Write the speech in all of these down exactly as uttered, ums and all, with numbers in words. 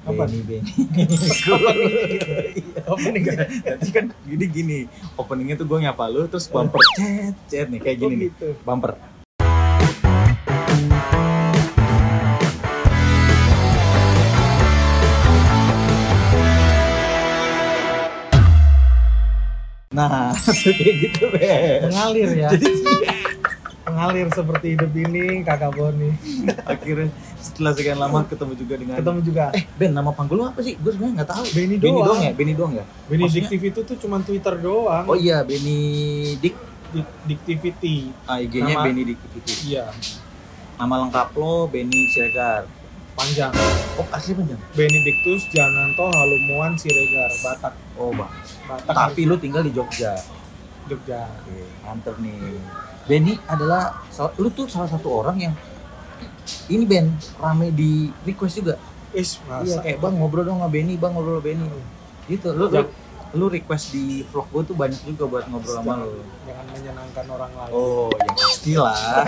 Apa Benny nih? Benny. Opening Enggak, nanti kan gini gini. Openingnya tuh gue nyapa lu terus bumper cet cet nih kayak gini Oh, nih. gitu. Bumper. Nah, kayak gitu, Ben. Mengalir ya. Jadi Mengalir seperti hidup ini Kakak Boni. akhirnya setelah sekian lama ketemu juga dengan Ketemu juga. Eh, Ben, nama panggil lu apa sih? Gue sebenarnya nggak tahu. Benny Benny doang. doang ya? Benny doang ya? Benedictive itu tuh cuma Twitter doang. Oh iya, Benny Dik. Di- Dictivity. Ah, I G-nya Nama- Benny Diktivity. Iya, Nama lengkap lo Benny Siregar. panjang. Oh, asli panjang. Benedictus Jananto Halumuan Siregar, Batak. Oh, Bang. Batak. Tapi lu tinggal di Jogja. Jogja. Oke, mantep nih. Benny adalah sal- lu tuh salah satu orang yang ini Ben rame di request juga. Is, masa. Iya, kayak Bang ngobrol dong sama Benny, Bang ngobrol sama Benny. Gitu. Lu, lu Jak- lu request di vlog gue tuh banyak juga buat ngobrol sama lu. Jangan menyenangkan orang lain. Oh, ya pastilah.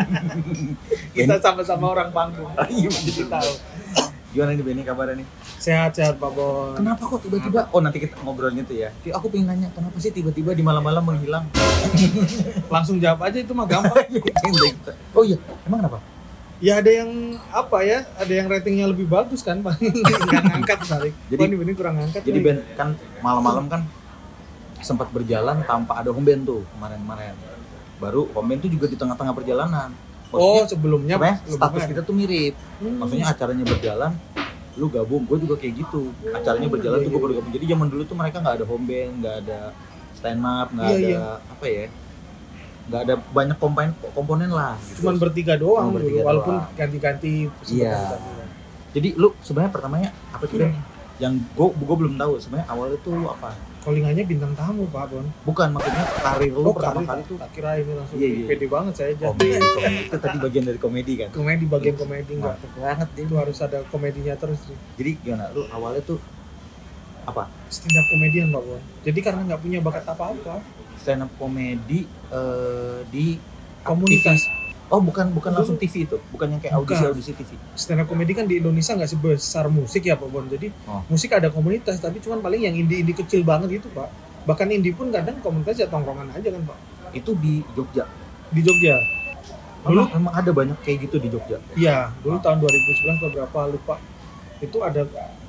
Kita sama-sama orang panggung. Iya, Jadi tahu. Gimana nih Benny kabarnya nih? Sehat-sehat Pak Bon. Kenapa kok tiba-tiba? Oh, nanti kita ngobrolnya tuh ya. Ki, Aku pengen nanya, kenapa sih tiba-tiba di malam-malam menghilang? Langsung jawab aja itu mah gampang. Oh iya, emang kenapa? Ya ada yang apa ya? Ada yang ratingnya lebih bagus kan, Pak. Enggak ngangkat tarik. Jadi- Jadi ini kurang ngangkat. Jadi nih. band kan malam-malam kan sempat berjalan tanpa ada home band tuh kemarin-kemarin. Baru home band tuh juga di tengah-tengah perjalanan. Oh, Maksudnya, sebelumnya sebenarnya sebelumnya status ada. kita tuh mirip. Hmm. Maksudnya acaranya berjalan, lu gabung, gue juga kayak gitu. Acaranya berjalan Iya, tuh gue iya, baru gabung. Jadi zaman dulu tuh mereka nggak ada home band, nggak ada stand up, nggak Iya, ada iya. apa ya, nggak ada banyak komponen komponen lah. Gitu. Cuman bertiga doang Cuma bertiga dulu, walaupun doang. ganti-ganti. Iya. Jadi lu sebenarnya pertamanya apa sih Ben? Yang gue gue belum tahu sebenarnya awalnya tuh lu apa? Callingannya bintang tamu Pak Bon. Bukan, maksudnya karir lu pertama kali tuh. tak kira ini langsung Iya, iya. pede banget saya jadi. Komedi, komedi. Itu tadi bagian dari komedi kan? Komedi bagian komedi enggak. Mantep banget dia. Itu harus ada komedinya terus sih. Jadi gimana? Lu awalnya tuh apa? Stand up komedian Pak Bon. Jadi karena nggak punya bakat apa-apa, Stand up komedi eh, di komunitas. T V. Oh bukan bukan langsung T V itu, bukan yang kayak Bukan. audisi audisi T V. Stand up komedi kan di Indonesia nggak sebesar musik ya Pak Bon. Jadi Oh. musik ada komunitas, tapi cuman paling yang indie-indie kecil banget gitu Pak. Bahkan indie pun kadang komunitas ya tongkrongan aja kan Pak. Itu di Jogja. Di Jogja. Dulu emang ada banyak kayak gitu di Jogja. Iya, dulu tahun dua ribu sebelas atau berapa lupa. Itu ada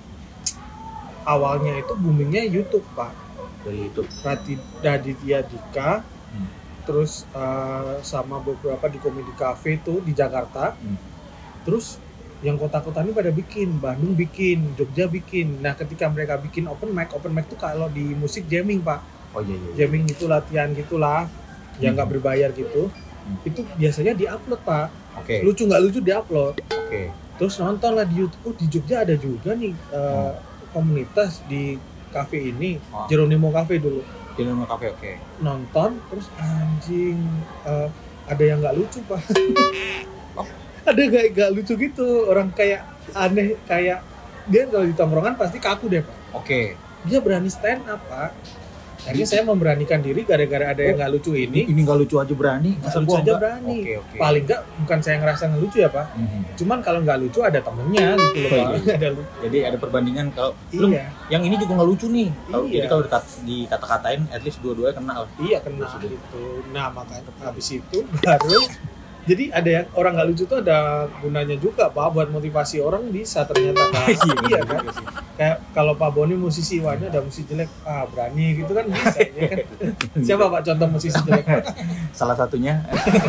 awalnya itu boomingnya YouTube Pak. Dari itu. Raditya Dika, Hmm. terus eh, sama beberapa di komedi cafe tuh di Jakarta. Hmm. Terus yang kota-kota ini pada bikin, Bandung bikin, Jogja bikin. Nah ketika mereka bikin open mic, open mic tuh kalau di musik jamming Pak, Oh iya iya. iya. jamming itu latihan gitulah, yang nggak Hmm. berbayar gitu. Hmm. Itu biasanya diupload Pak, Oke. lucu nggak lucu diupload. Oke. Terus nonton lah di YouTube, oh di Jogja ada juga nih eh, komunitas di cafe ini, Oh. Jeronimo Cafe dulu. Di rumah kafe oke. Nonton terus anjing eh, ada yang nggak lucu Pak. Oh. Ada nggak nggak lucu gitu, orang kayak aneh, kayak dia kalau di tongkrongan pasti kaku deh Pak. Oke. Dia berani stand up Pak. Akhirnya saya memberanikan diri gara-gara ada yang nggak lucu ini. Ini nggak lucu aja berani. Nggak Masa lucu gua aja nggak? berani. Oke oke. Paling nggak bukan saya ngerasa ngelucu ya Pak. Mhm. Cuman kalau nggak lucu ada temennya gitu loh Oh, Pak. iya. Ada lu- Jadi ada perbandingan kalau lu Iya, yang ini juga nggak lucu nih. Kalau Iya. jadi kalau dikat- dikata-katain at least dua-duanya kena lah. iya kena gitu. Nah makanya habis itu baru jadi ada yang orang nggak lucu tuh ada gunanya juga Pak, buat motivasi orang bisa ternyata Pak. Iya kan. Kayak kalau Pak Boni musisi, wahnya ada musisi jelek, ah berani gitu kan bisa ya kan. Siapa Pak contoh musisi jelek? Salah satunya.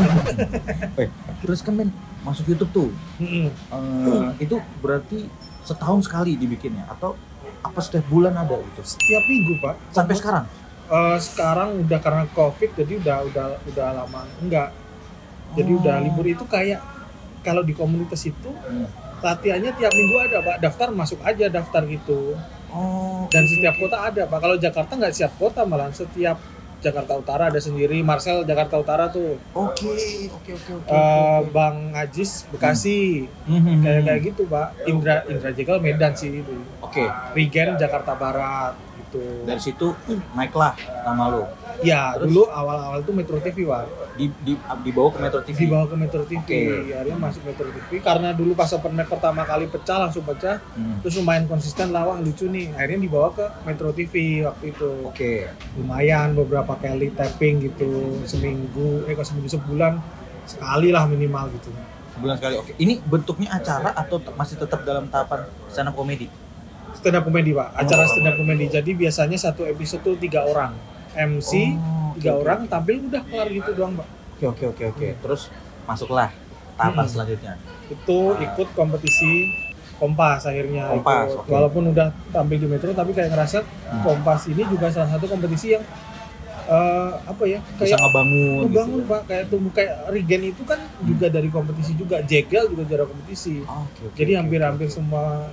Weh, terus kan men masuk YouTube tuh. Mm-mm. eh, itu berarti setahun sekali dibikinnya atau apa setiap bulan ada itu? Setiap minggu Pak. Sampai sekarang? Eh, sekarang udah karena COVID jadi udah udah udah lama enggak. Jadi Oh. udah libur itu kayak kalau di komunitas itu Hmm. latihannya tiap minggu ada Pak, daftar masuk aja daftar gitu. Oh. Dan oke, setiap oke. kota ada Pak. Kalau Jakarta nggak setiap kota, malah setiap Jakarta Utara ada sendiri. Marcel Jakarta Utara tuh. Oke, oke, oke, oke. Eh, oke. Bang Ajis Bekasi. Mhm. Kayak kayak gitu Pak. Indra Indra Jegal Medan sih itu. Oke. Regen Jakarta Barat gitu. gitu. Dari situ naiklah nama lu. Ya, Terus? dulu awal-awal tuh Metro T V, Pak. Di, di dibawa ke Metro T V. Dibawa ke Metro T V, Oke. akhirnya masuk Metro T V karena dulu pas open mic pertama kali pecah langsung pecah, Hmm. terus lumayan konsisten lah, wah lucu nih, akhirnya dibawa ke Metro T V waktu itu. Oke. Lumayan beberapa kali tapping gitu, seminggu, eh kok seminggu sebulan sekali lah minimal gitu. Sebulan sekali. Oke. Ini bentuknya acara atau t- masih tetap dalam tahapan stand up comedy? Stand up comedy, Pak, acara Oh. stand up comedy, jadi biasanya satu episode tuh tiga orang, M C Oh, tiga oke, orang, oke. tampil udah kelar gitu doang, Pak. Oke oke oke oke. Terus masuklah tahapan Hmm. selanjutnya. Itu ikut kompetisi Kompas akhirnya. Kompas, ikut. oke. Walaupun udah tampil di Metro tapi kayak ngerasa Hmm. Kompas ini juga salah satu kompetisi yang eh, apa ya Bisa kayak ngebangun. ngebangun, gitu. Pak, kayak tumbuh kayak Regen itu kan juga dari kompetisi juga, Jegal juga dari kompetisi. Oh, oke, oke, Jadi oke, hampir-hampir oke. semua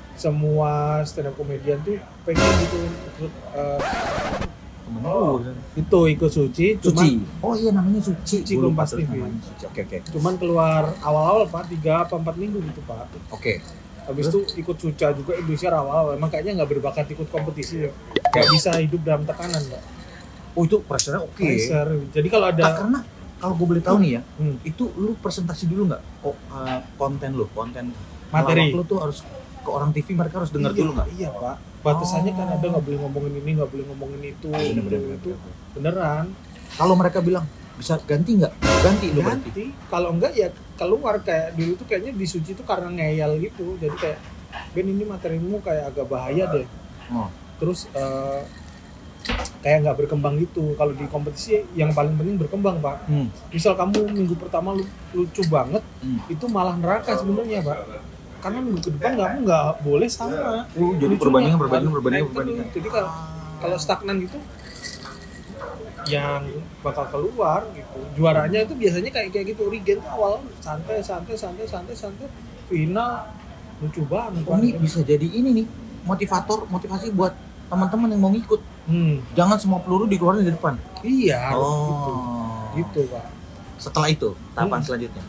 semua stand up comedian tuh pengen gitu ikut eh, Temen lu, kan? itu ikut Suci, cuman Suci. Oh iya namanya Suci. Suci Gua lupa Kompas terus T V. namanya Suci. Oke oke. cuman keluar awal-awal, Pak, tiga apa empat minggu gitu, Pak. Oke. Habis itu ikut Suca juga, Indonesia awal-awal emang kayaknya nggak berbakat ikut kompetisi ya. Nggak bisa hidup dalam tekanan, Pak. Oh itu pressure-nya oke. Pressure. Jadi kalau ada Nah, karena kalau gue boleh tahu nih ya, Hmm. itu lu presentasi dulu nggak? Oh, uh, konten lu, konten Materi. pelawak lu tuh harus ke orang T V, mereka harus dengar iya, dulu nggak? Iya, Pak. Batasannya Oh. kan ada, nggak boleh ngomongin ini, nggak boleh ngomongin itu, Bener, bener, itu, bener, itu. bener. Beneran. Kalau mereka bilang bisa ganti nggak? Ganti lu berarti. Ganti. Kalau enggak ya keluar, kayak dulu tuh kayaknya di Suci tuh karena ngeyel gitu. Jadi kayak, Ben ini materimu kayak agak bahaya deh. Oh. Terus eh, kayak nggak berkembang gitu. Kalau di kompetisi yang paling penting berkembang, Pak. Hmm. Misal kamu minggu pertama lu, lucu banget, Hmm. itu malah neraka sebenarnya, Pak. Karena minggu ke depan kamu nggak boleh sama. Oh, jadi Lucunya. perbandingan, perbandingan, Nah, perbandingan, itu. perbandingan. Jadi kalau kalau stagnan gitu, yang bakal keluar gitu. Juaranya itu biasanya kayak kayak gitu. Regen tuh awal santai, santai, santai, santai, santai. Final lucu banget. Oh, ini bisa jadi ini nih motivator, motivasi buat teman-teman yang mau ngikut. Hmm, Jangan semua peluru dikeluarin di depan. iya, gitu. Oh. Gitu, Pak. Setelah itu tahapan Hmm. selanjutnya.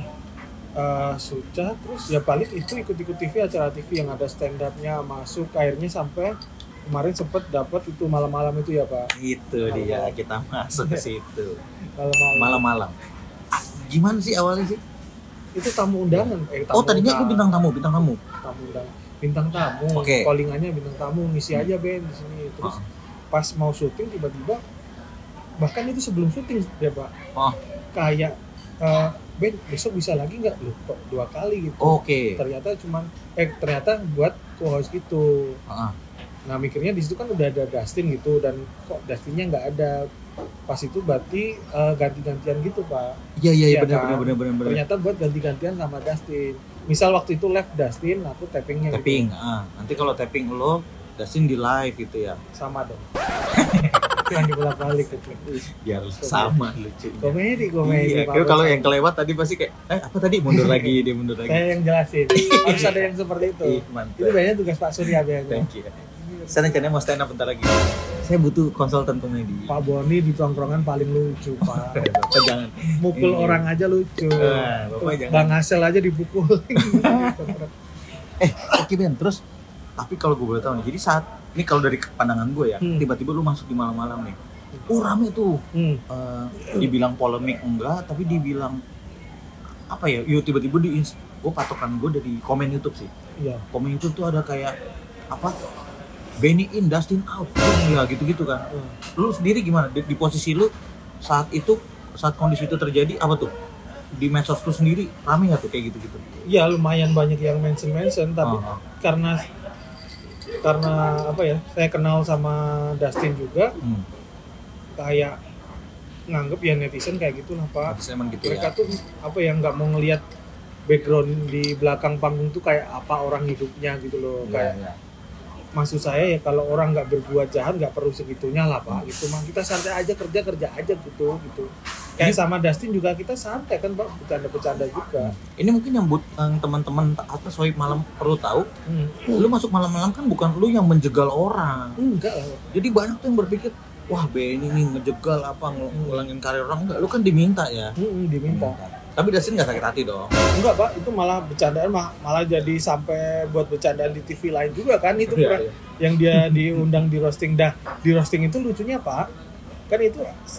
Uh, Suca, terus ya balik itu ikut-ikut T V, acara T V yang ada stand up-nya, masuk akhirnya sampai kemarin sempet dapat itu malam-malam itu ya, Pak. Itu dia, kita masuk ke situ. Malam-malam. Malam-malam. Ah, gimana sih awalnya sih? Itu tamu undangan. Eh, tamu Oh, tadinya itu undang- bintang tamu, bintang tamu. tamu undangan. Bintang tamu. Oke. Callingannya bintang tamu, ngisi aja Ben di sini. Terus Oh. pas mau syuting tiba-tiba, bahkan itu sebelum syuting ya, Pak. Oh. Kayak eh, Ben besok bisa lagi nggak? Loh, kok dua kali gitu. Oke. Ternyata cuman eh ternyata buat co-host gitu. Heeh. Nah mikirnya di situ kan udah ada Dustin gitu, dan kok Dustinnya nggak ada. Pas itu berarti eh, ganti-gantian gitu, Pak. Iya iya iya Iya benar kan? benar benar benar benar. Ternyata buat ganti-gantian sama Dustin. Misal waktu itu live Dustin, aku tappingnya gitu. Tapping. Ah, nanti kalau tapping lo Dustin di live gitu ya. Sama dong. Itu yang dibolak-balik gitu. Biar sama lucunya. Komedi, komedi. Iya, Pak. kayak kalau yang kelewat tadi pasti kayak eh apa tadi mundur lagi dia mundur lagi. Saya yang jelasin. Harus ada yang seperti itu. Ih, Itu mantap. biasanya tugas Pak Surya biasanya. Thank you. Saya rencananya mau stand up bentar lagi. Saya butuh konsultan komedi. Pak Boni di tongkrongan paling lucu, Pak. Bapak jangan. Mukul Ini. orang aja lucu. Nah, Bapak Tuh, jangan. Bang Asel aja dipukul. Eh, oke Ben, terus tapi kalau gue boleh tahu nih, jadi saat ini kalau dari pandangan gue ya, Hmm. tiba-tiba lu masuk di malam-malam nih. Oh rame tuh. Hmm. Eh, dibilang polemik enggak, tapi dibilang apa ya? Yuk tiba-tiba di gue patokan gue dari komen YouTube sih. Iya. Komen YouTube tuh ada kayak apa? Benny in, Dustin out, ya gitu-gitu kan. Hmm. Lu sendiri gimana di, di posisi lu saat itu, saat kondisi itu terjadi apa tuh? Di medsos lu sendiri rame nggak tuh kayak gitu-gitu? Ya lumayan banyak yang mention-mention, tapi Oh, oh. karena karena apa ya? Saya kenal sama Dustin juga, Hmm. kayak nganggep ya netizen kayak gitu lah, Pak. Tapi emang gitu Mereka ya. tuh apa yang nggak mau ngelihat background di belakang panggung tuh kayak apa orang hidupnya gitu loh. Iya, Kayak iya. maksud saya ya kalau orang nggak berbuat jahat nggak perlu segitunya lah, Pak. Gitu mah kita santai aja, kerja kerja aja gitu gitu. Kayak sama Dustin juga kita santai kan, Pak, bercanda-bercanda juga. Ini mungkin yang buat yang teman-teman atau sohib malam perlu tahu, Hmm. lu masuk malam-malam kan bukan lu yang menjegal orang. Enggak lah. Jadi banyak tuh yang berpikir, wah Benny nih ngejegal apa ng- ngulangin karir orang, enggak, lu kan diminta ya. Hmm, diminta. Tapi Dustin nggak sakit hati dong. Enggak Pak, itu malah bercandaan mah- malah jadi sampai buat bercandaan di T V lain juga kan itu Iya, pernah- iya. yang dia diundang di roasting. Dah di roasting itu lucunya Pak, kan itu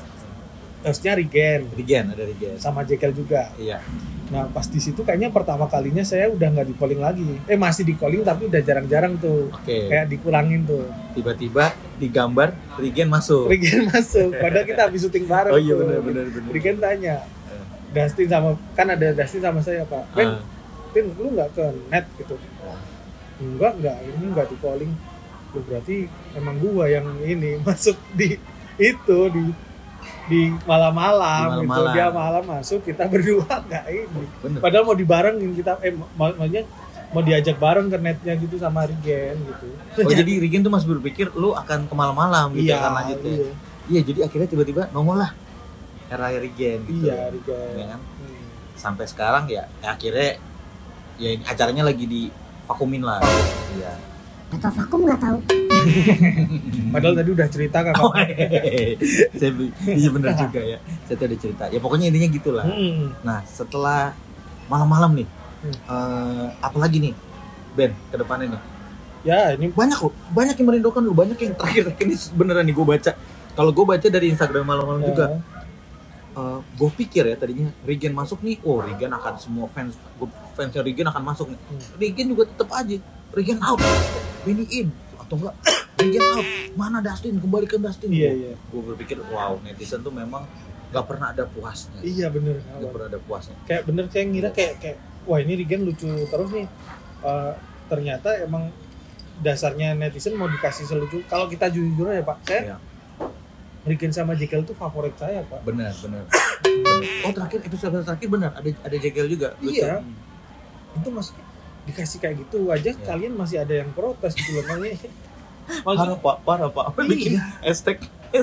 hostnya Regen Regen, ada Regen. sama Jekyll juga. Iya. Nah pas di situ kayaknya pertama kalinya saya udah nggak di calling lagi. Eh masih di calling tapi udah jarang-jarang tuh. Oke. Kayak dikurangin tuh. Tiba-tiba digambar Regen masuk. Regen masuk. Padahal kita habis syuting bareng. Oh iya tuh. benar benar benar. Regen tanya. Dustin sama kan ada Dustin sama saya Pak. Ben, Ah. Tin lu nggak ke net gitu? Enggak enggak ini nggak di calling. Lu berarti emang gua yang ini masuk di itu di di malam-malam, Di gitu. malam-malam. Dia malam masuk, kita berdua nggak ini. Bener. Padahal mau dibarengin kita, eh mak- maksudnya mau diajak bareng ke netnya gitu sama Regen gitu. Oh jadi Regen tuh masih berpikir lu akan ke malam-malam gitu Iya, kan lanjutnya. iya. Iya, jadi akhirnya tiba-tiba nongol lah era Regen gitu. Iya, Regen. Ya kan? Hmm. Sampai sekarang ya, ya akhirnya ya ini acaranya lagi di vakumin lah. Iya. Atau vakum nggak tahu. Padahal tadi udah cerita kakak. Oh, hehehe. Saya bi- iya benar juga ya. Saya tadi cerita. Ya pokoknya intinya gitulah. Hmm. Nah, setelah malam-malam nih, Hmm. eh, apa lagi nih, Ben, ke depannya nih? Ya ini Banyak loh, banyak yang merindukan loh, banyak yang terakhir ini beneran nih gue baca. Kalau gue baca dari Instagram malam-malam juga, ya, gue pikir ya tadinya Regen masuk nih, oh Regen akan semua fans, gua, fansnya Regen akan masuk nih. Hmm. Regen juga tetap aja, Regen out, Benny in, atau enggak Regen out, mana Dustin, kembalikan Dustin. Iya, iya. Gue berpikir, wow netizen tuh memang gak pernah ada puasnya, Iya bener. gak pernah ada puasnya. Kayak bener saya ngira kayak kayak wah ini Regen lucu terus nih. Eh, ternyata emang dasarnya netizen mau dikasih selucu. Kalau kita jujur ya Pak, saya Iya. Regen sama Jekyll tuh favorit saya Pak. Benar, benar. Benar. Oh terakhir episode terakhir benar ada ada Jekyll juga. Lucu. Iya. Itu maksudnya dikasih kayak gitu aja Iya. kalian masih ada yang protes gitu loh makanya. Parah Maksud, pak, parah pak. Bikin Iya. hashtag.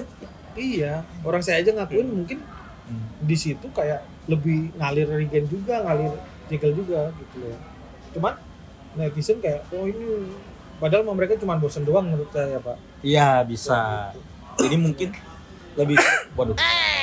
iya, orang saya aja ngakuin mungkin di situ kayak lebih ngalir Regen juga, ngalir Jekyll juga gitu loh. Cuman netizen kayak oh ini padahal sama mereka cuma bosen doang menurut saya Pak. Iya bisa. Jadi mungkin lebih. Waduh.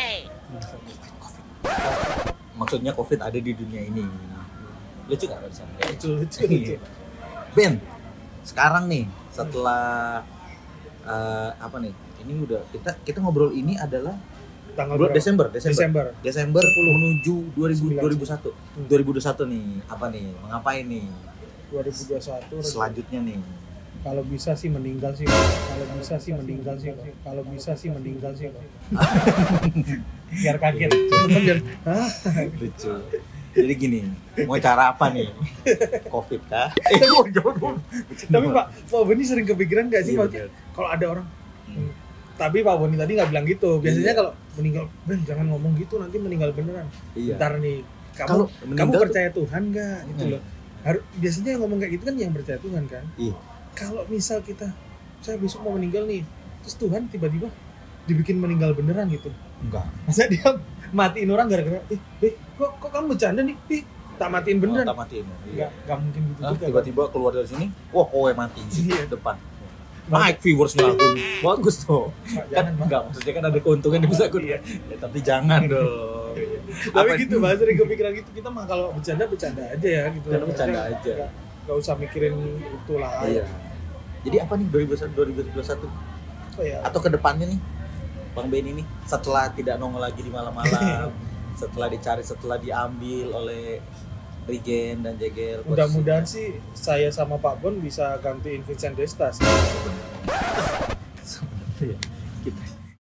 Maksudnya COVID ada di dunia ini. Lucu nggak barusan? Lucu lucu lucu. Iya. Ben, sekarang nih setelah eh, apa nih? Ini udah kita kita ngobrol ini adalah Tanggal bulan berapa? Desember, Desember. Desember. Desember sepuluh. menuju dua ribu Sembilan. dua ribu satu. Hmm. dua ribu dua puluh satu nih. Apa nih? Mengapain nih? dua ribu dua puluh satu Selanjutnya nih. kalau bisa sih meninggal sih Pak. Kalau bisa sih meninggal sih Pak. Kalau bisa sih meninggal sih Pak. Biar kaget. Temen biar hah? Lucu. Jadi gini, mau cara apa nih? Covid kah? Eh, mau jawab. Tapi Pak, Pak Boni sering kepikiran gak sih Iya, maksudnya betul. kalau ada orang Hmm. tapi Pak Boni tadi nggak bilang gitu. Biasanya Iya. kalau meninggal, Ben jangan ngomong gitu nanti meninggal beneran. Iya. Ntar nih, kamu Kalau kamu meninggal tuh- percaya Tuhan nggak? Gitu Hmm. loh. Harus biasanya yang ngomong kayak gitu kan yang percaya Tuhan kan. Iya. Kalau misal kita, saya besok mau meninggal nih, terus Tuhan tiba-tiba dibikin meninggal beneran gitu. Enggak. Masa dia matiin orang gara-gara, eh, eh kok, kok kamu bercanda nih? Ih, tak matiin beneran. Oh, tak matiin. Nggak, Iya. nggak mungkin gitu Hah, juga. tiba-tiba keluar dari sini, wah kowe mati di Iya. depan. Naik viewersnya akun. Bagus tuh. Pak, Kan jangan, Pak. enggak, maksudnya kan ada keuntungan di bisa akun. Iya. Ya, tapi jangan dong. Tapi Apa- gitu, Pak, sering kepikiran gitu. Kita mah kalau bercanda bercanda aja ya gitu. Bercanda, bercanda Maksudnya aja. nggak- nggak usah mikirin itulah. Iya. Jadi apa nih dua ribu dua puluh satu Oh, ya. atau ke depannya nih Bang Benny nih setelah tidak nongol lagi di malam-malam, setelah dicari, setelah diambil oleh Regen dan Jekyll. Mudah-mudahan sih saya sama Pak Bon bisa gantiin Vincent Desta sih. sebenarnya ya, kita